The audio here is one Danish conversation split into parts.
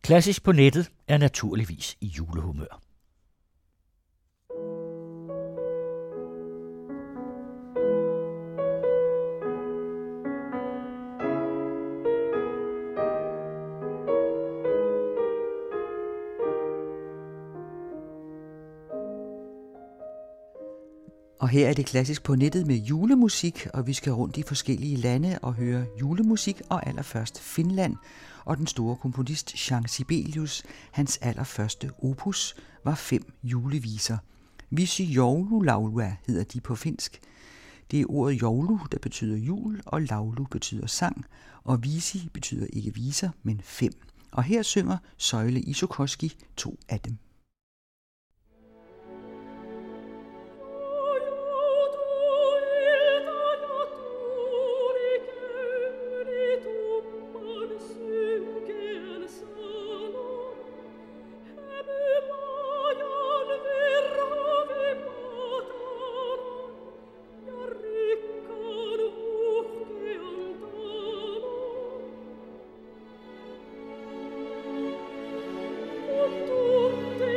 Klassisk på nettet er naturligvis i julehumør. Og her er det klassisk på nettet med julemusik, og vi skal rundt i forskellige lande og høre julemusik, og allerførst Finland. Og den store komponist Jean Sibelius, hans allerførste opus, var 5 juleviser. Visi joululaulua hedder de på finsk. Det er ordet joulu, der betyder jul, og laulu betyder sang, og visi betyder ikke viser, men 5. Og her synger Søjle Isokoski 2 af dem. Tutte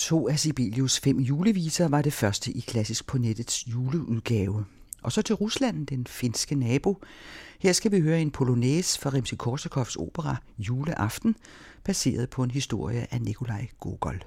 2 af Sibelius 5 juleviser var det første i Klassisk på nettets juleudgave. Og så til Rusland, den finske nabo. Her skal vi høre en polonaise fra Rimskij-Korsakovs opera Juleaften, baseret på en historie af Nikolaj Gogol.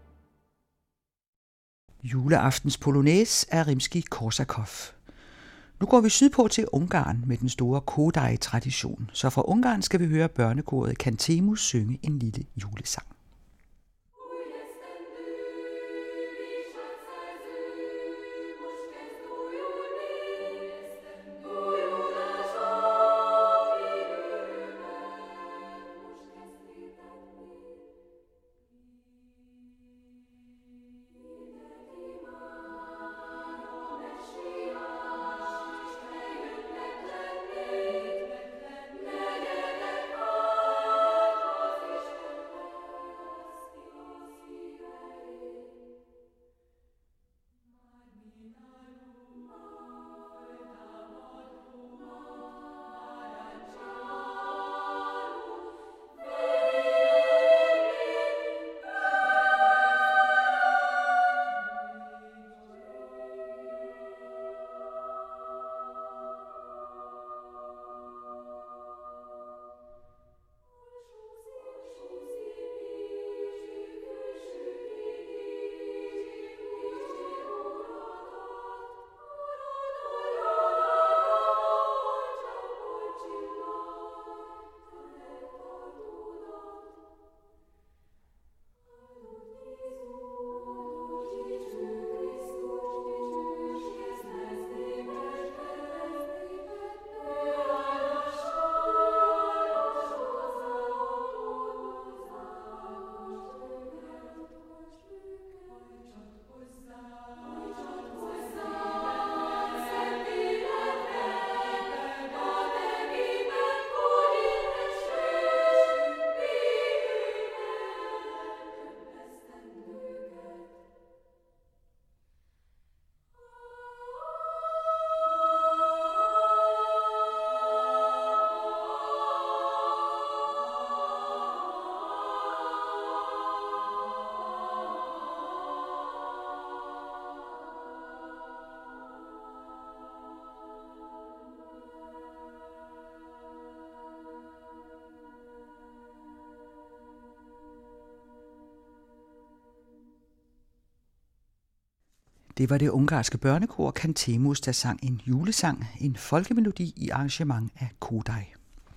Juleaftens polonaise af Rimskij-Korsakov. Nu går vi sydpå til Ungarn med den store Kodály-tradition, så fra Ungarn skal vi høre børnekoret Cantemus synge en lille julesang. Det var det ungarske børnekor Cantemus, der sang en julesang, en folkemelodi i arrangement af Kodály.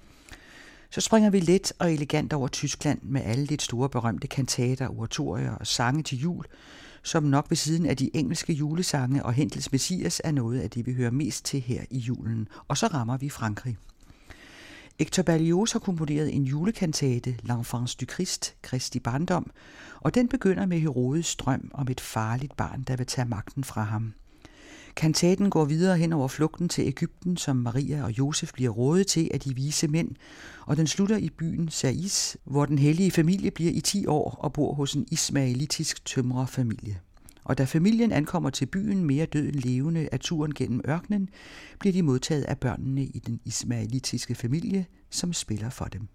Så springer vi let og elegant over Tyskland med alle lidt store berømte kantater, oratorier og sange til jul, som nok ved siden af de engelske julesange og Händels Messias er noget af det, vi hører mest til her i julen. Og så rammer vi Frankrig. Hector Berlioz har komponeret en julekantate, L'Enfance du Christ, Kristi barndom, og den begynder med Herodes drøm om et farligt barn, der vil tage magten fra ham. Kantaten går videre hen over flugten til Egypten, som Maria og Josef bliver rådet til af de vise mænd, og den slutter i byen Sais, hvor den hellige familie bliver i 10 år og bor hos en ismaelitisk tømrerfamilie. Og da familien ankommer til byen mere død end levende af turen gennem ørkenen, bliver de modtaget af børnene i den ismaelitiske familie, som spiller for dem.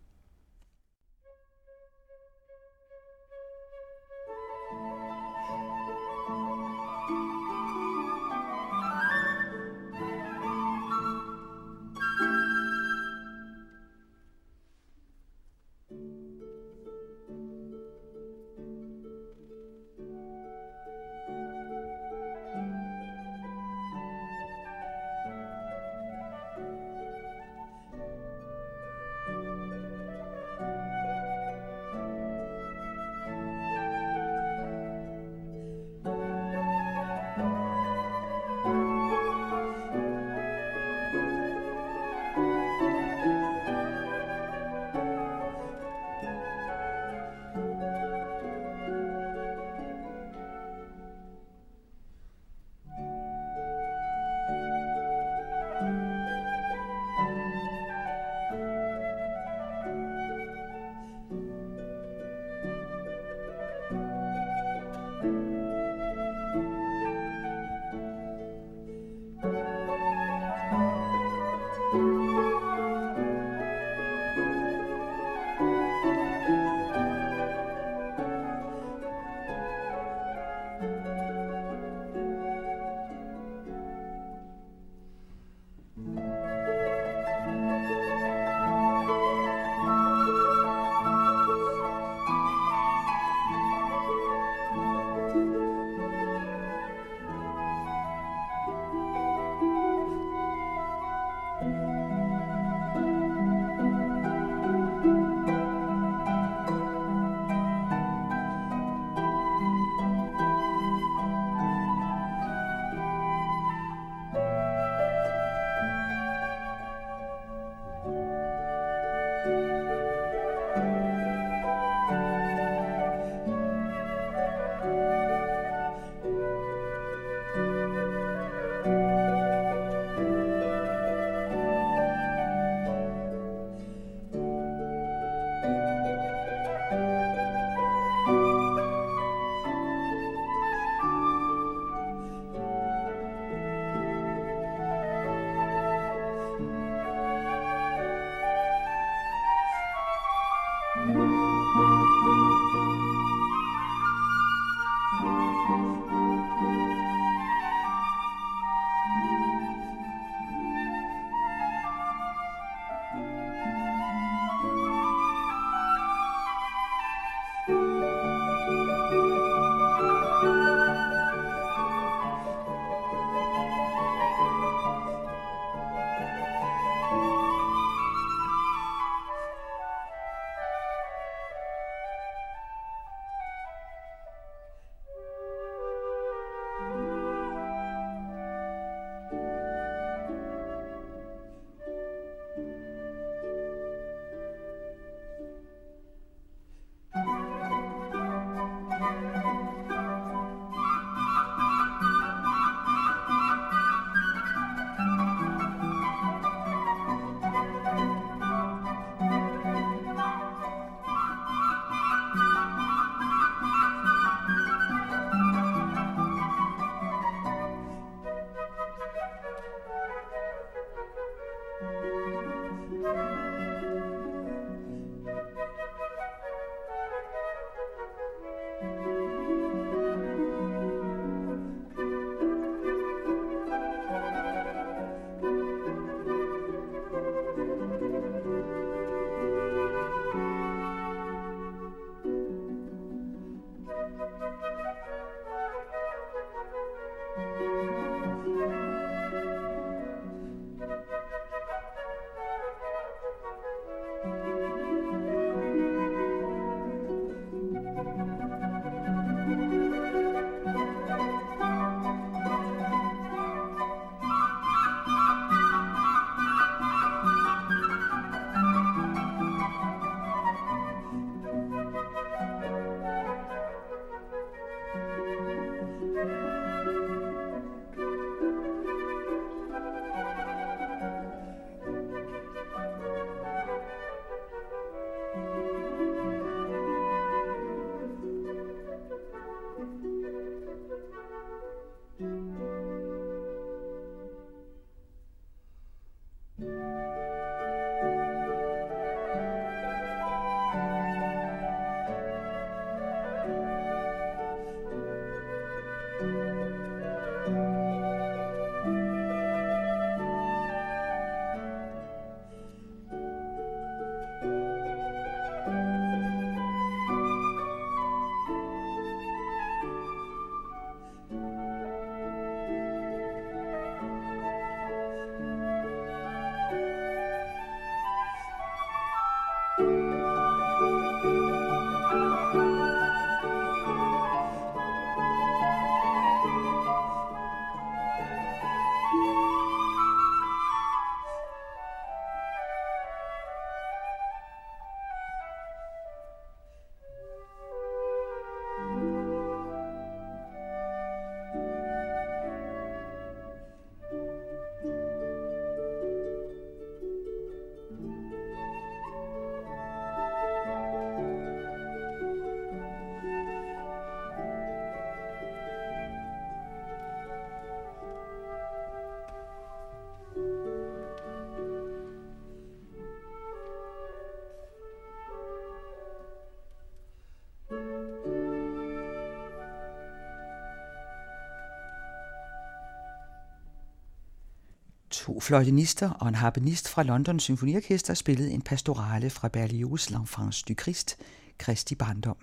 To fløjtenister og en harpenist fra London Symfoniorkester spillede en pastorale fra Berlioz' L'Enfance du Christ, Kristi barndom.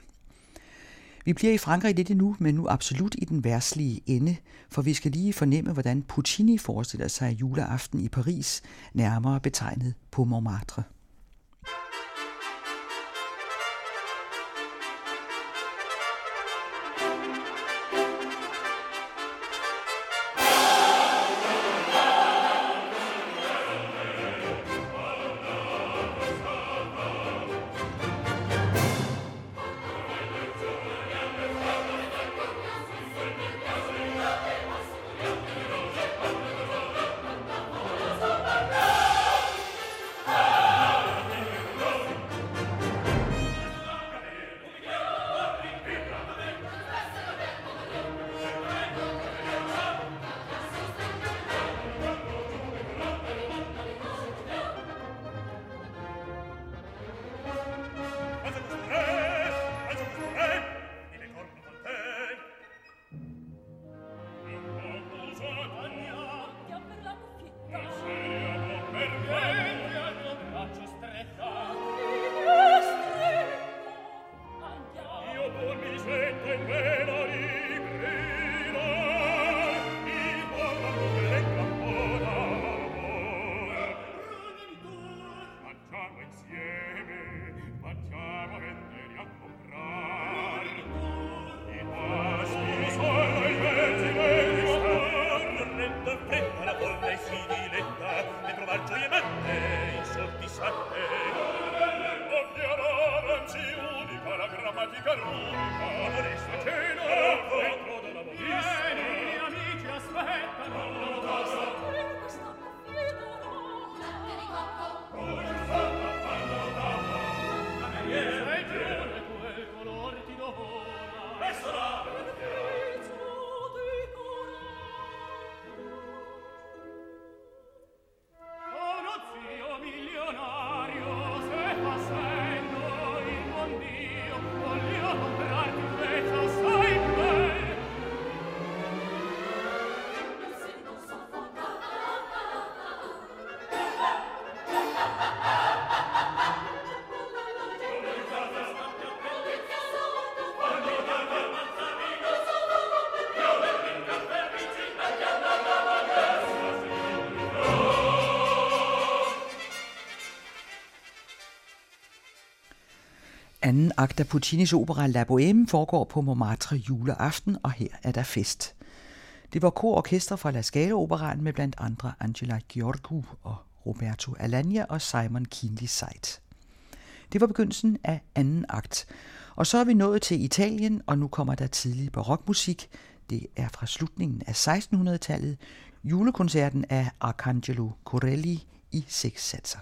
Vi bliver i Frankrig lidt endnu, men nu absolut i den verslige ende, for vi skal lige fornemme, hvordan Puccini forestiller sig juleaften i Paris, nærmere betegnet på Montmartre. anden akt af Puccinis opera La Bohème foregår på Montmartre juleaften, og her er der fest. Det var kororkester fra La Scala-operaen med blandt andre Angela Gheorghiu og Roberto Alagna og Simon Keenly Sight. Det var begyndelsen af anden akt. Og så er vi nået til Italien, og nu kommer der tidlig barokmusik. Det er fra slutningen af 1600-tallet. Julekoncerten af Arcangelo Corelli i 6 satser.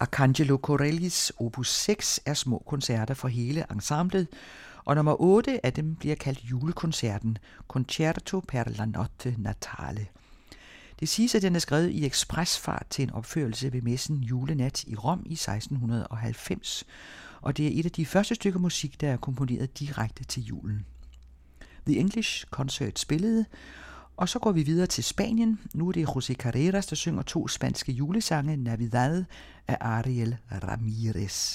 Arcangelo Corellis opus 6 er små koncerter for hele ensemblet, og nummer 8 af dem bliver kaldt julekoncerten, Concerto per la notte natale. Det siges, at den er skrevet i ekspresfart til en opførelse ved messen Julenat i Rom i 1690, og det er et af de første stykker musik, der er komponeret direkte til julen. The English Concert spillede, og så går vi videre til Spanien. Nu er det José Carreras, der synger 2 spanske julesange, Navidad af Ariel Ramírez.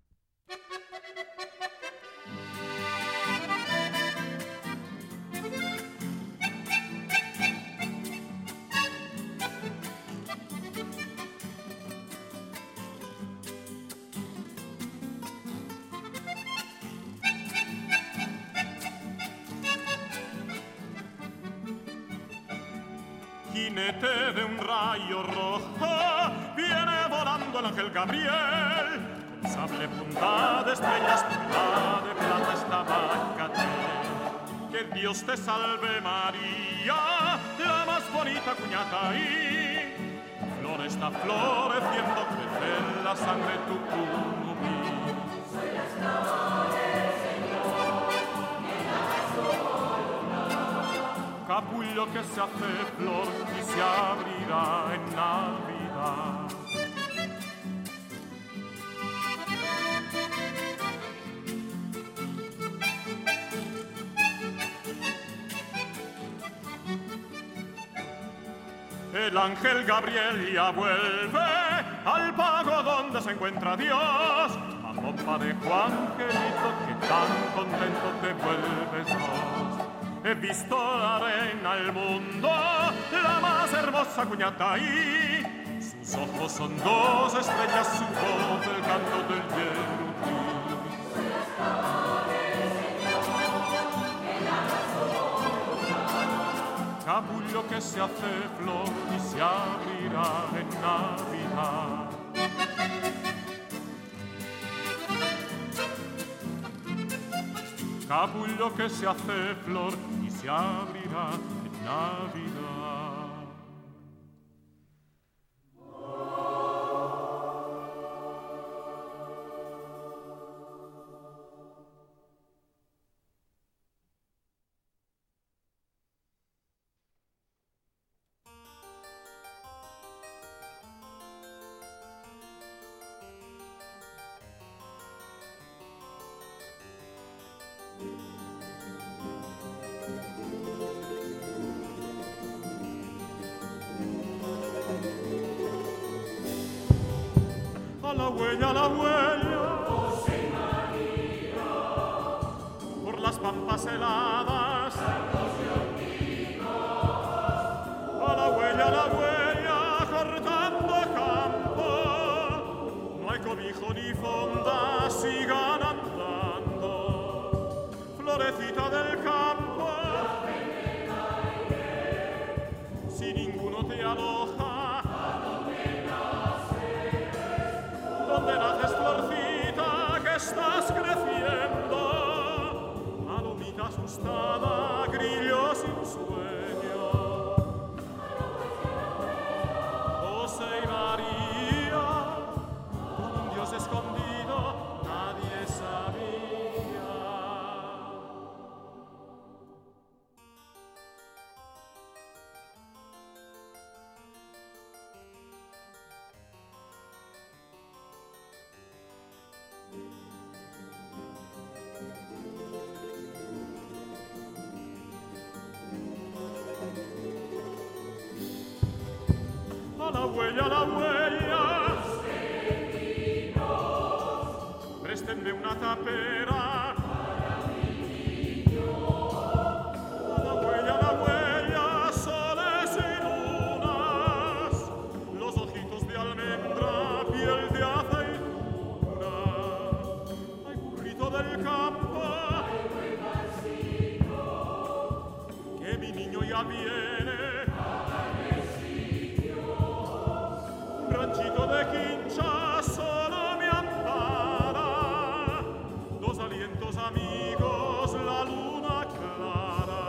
Jinete de un rayo rojo, viene volando el ángel Gabriel, con sable punta de estrellas, punta de plata esta bacatel. Que Dios te salve María, la más bonita cuñata ahí, flor está floreciendo, crece en la sangre tu curumí. Capullo que se hace flor y se abrirá en Navidad. El ángel Gabriel ya vuelve al pago donde se encuentra Dios, a pompa de Juan Angelito que tan contento te vuelves vos. He visto la reina del mundo, la más hermosa cuñata ahí. Sus ojos son 2 estrellas, su voz el canto del yerutí. Capullo que se hace flor y se abrirá en Navidad. Capullo que se hace flor y se abrirá en Navidad. A la huella, José y María, por las pampas heladas, Santos y Olivos. A la huella, cortando campo, no hay cobijo ni fonda, sigan andando, florecita del campo, si ninguno te aloja. Donde naces florcita que estás creciendo, palomita asustada, grillo sin sueño. José y María, con un Dios escondido, nadie sabía. A la huella, préstenme una tapera. Para mi niño. A la huella, soles y lunas, los ojitos de almendra, piel de aceituna. Ay, burrito del campo, que mi niño ya viene. Ranchito de quincha solo me ampara, 2 alientos amigos, la luna clara.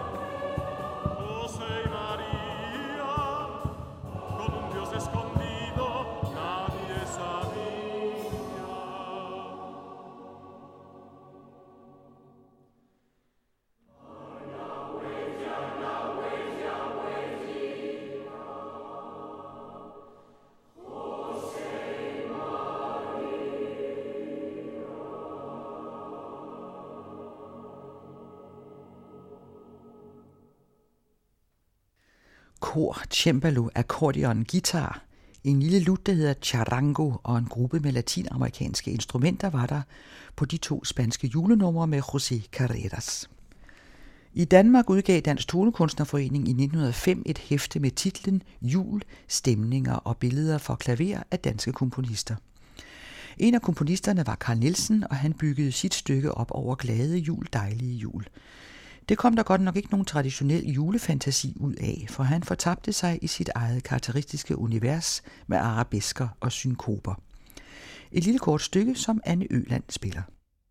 José y María, con un Dios escondido. kor, cembalo, accordion, guitar, en lille lut, der hedder charango, og en gruppe med latinamerikanske instrumenter var der på de 2 spanske julenumre med José Carreras. I Danmark udgav Dansk Tonekunstnerforening i 1905 et hæfte med titlen Jul, stemninger og billeder for klaver af danske komponister. En af komponisterne var Carl Nielsen, og han byggede sit stykke op over glade jul, dejlige jul. Det kom der godt nok ikke nogen traditionel julefantasi ud af, for han fortabte sig i sit eget karakteristiske univers med arabesker og synkoper. Et lille kort stykke, som Anne Øland spiller.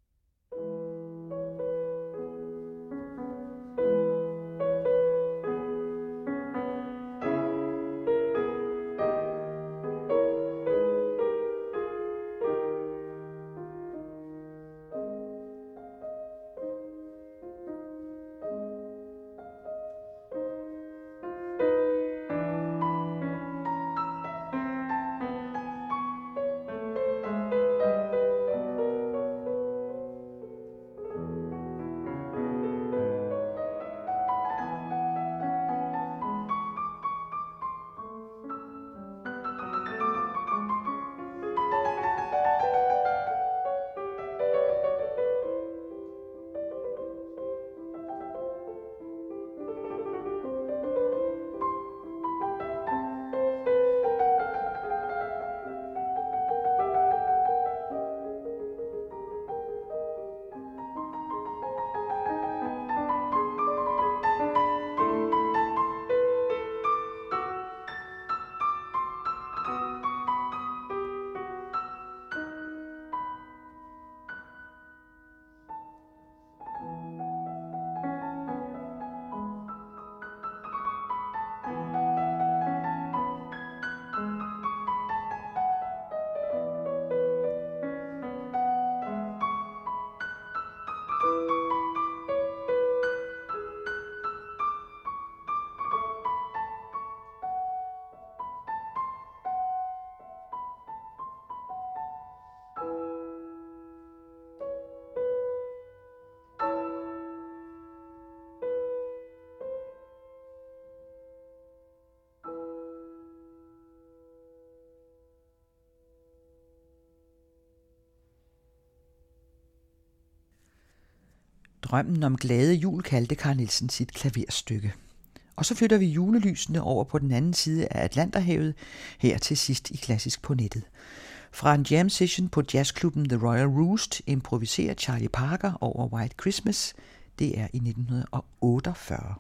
Drømmen om glade jul kaldte Carl Nielsen sit klaverstykke. Og så flytter vi julelysene over på den anden side af Atlanterhavet, her til sidst i Klassisk på nettet. Fra en jam session på jazzklubben The Royal Roost improviserer Charlie Parker over White Christmas. Det er i 1948.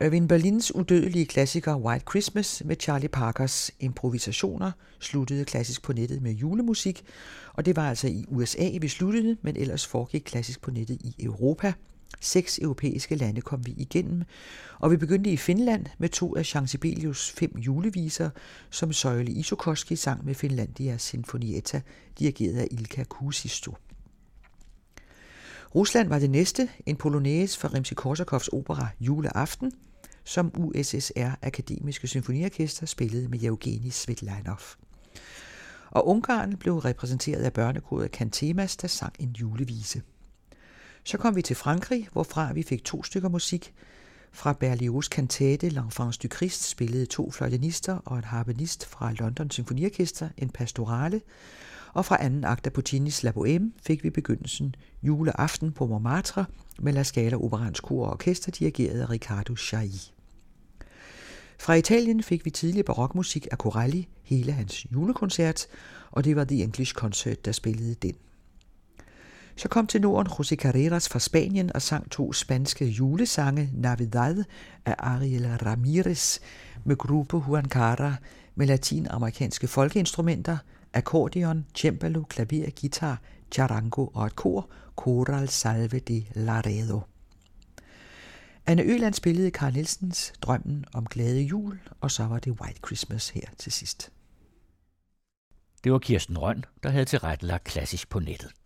Irving Berlins udødelige klassiker White Christmas med Charlie Parkers improvisationer sluttede Klassisk på nettet med julemusik, og det var altså i USA, vi sluttede, men ellers foregik Klassisk på nettet i Europa. 6 europæiske lande kom vi igennem, og vi begyndte i Finland med 2 af Jean Sibelius 5 juleviser, som Soili Isokoski sang med Finlandia Sinfonietta, dirigeret af Ilkka Kuusisto. Rusland var det næste, en polonaise fra Rimsky-Korsakovs opera Juleaften, som USSR Akademiske Symfoniorkester spillede med Yevgeni Svetlanov. Og Ungarn blev repræsenteret af børnekoret Cantemas, der sang en julevise. Så kom vi til Frankrig, hvorfra vi fik 2 stykker musik. Fra Berlioz' kantate L'Enfance du Christ spillede 2 fløjtenister og en harpenist fra London Symfoniorkester en pastorale, og fra anden akt af Puccinis La Bohème fik vi begyndelsen Juleaften på Montmartre med La Scala Operans kor og orkester dirigeret af Riccardo Chailly. Fra Italien fik vi tidlig barokmusik af Corelli, hele hans julekoncert, og det var The English Concert, der spillede den. Så kom til Norden José Carreras fra Spanien og sang 2 spanske julesange, Navidad af Ariel Ramirez med Grupo Huancara med latinamerikanske folkeinstrumenter, akkordeon, cembalo, klaver, guitar, charango og et kor, Coral Salve de Laredo. Anne Øland spillede Carl Nielsens Drømmen om glade jul, og så var det White Christmas her til sidst. Det var Kirsten Rønn, der havde tilrettelagt Klassisk på nettet.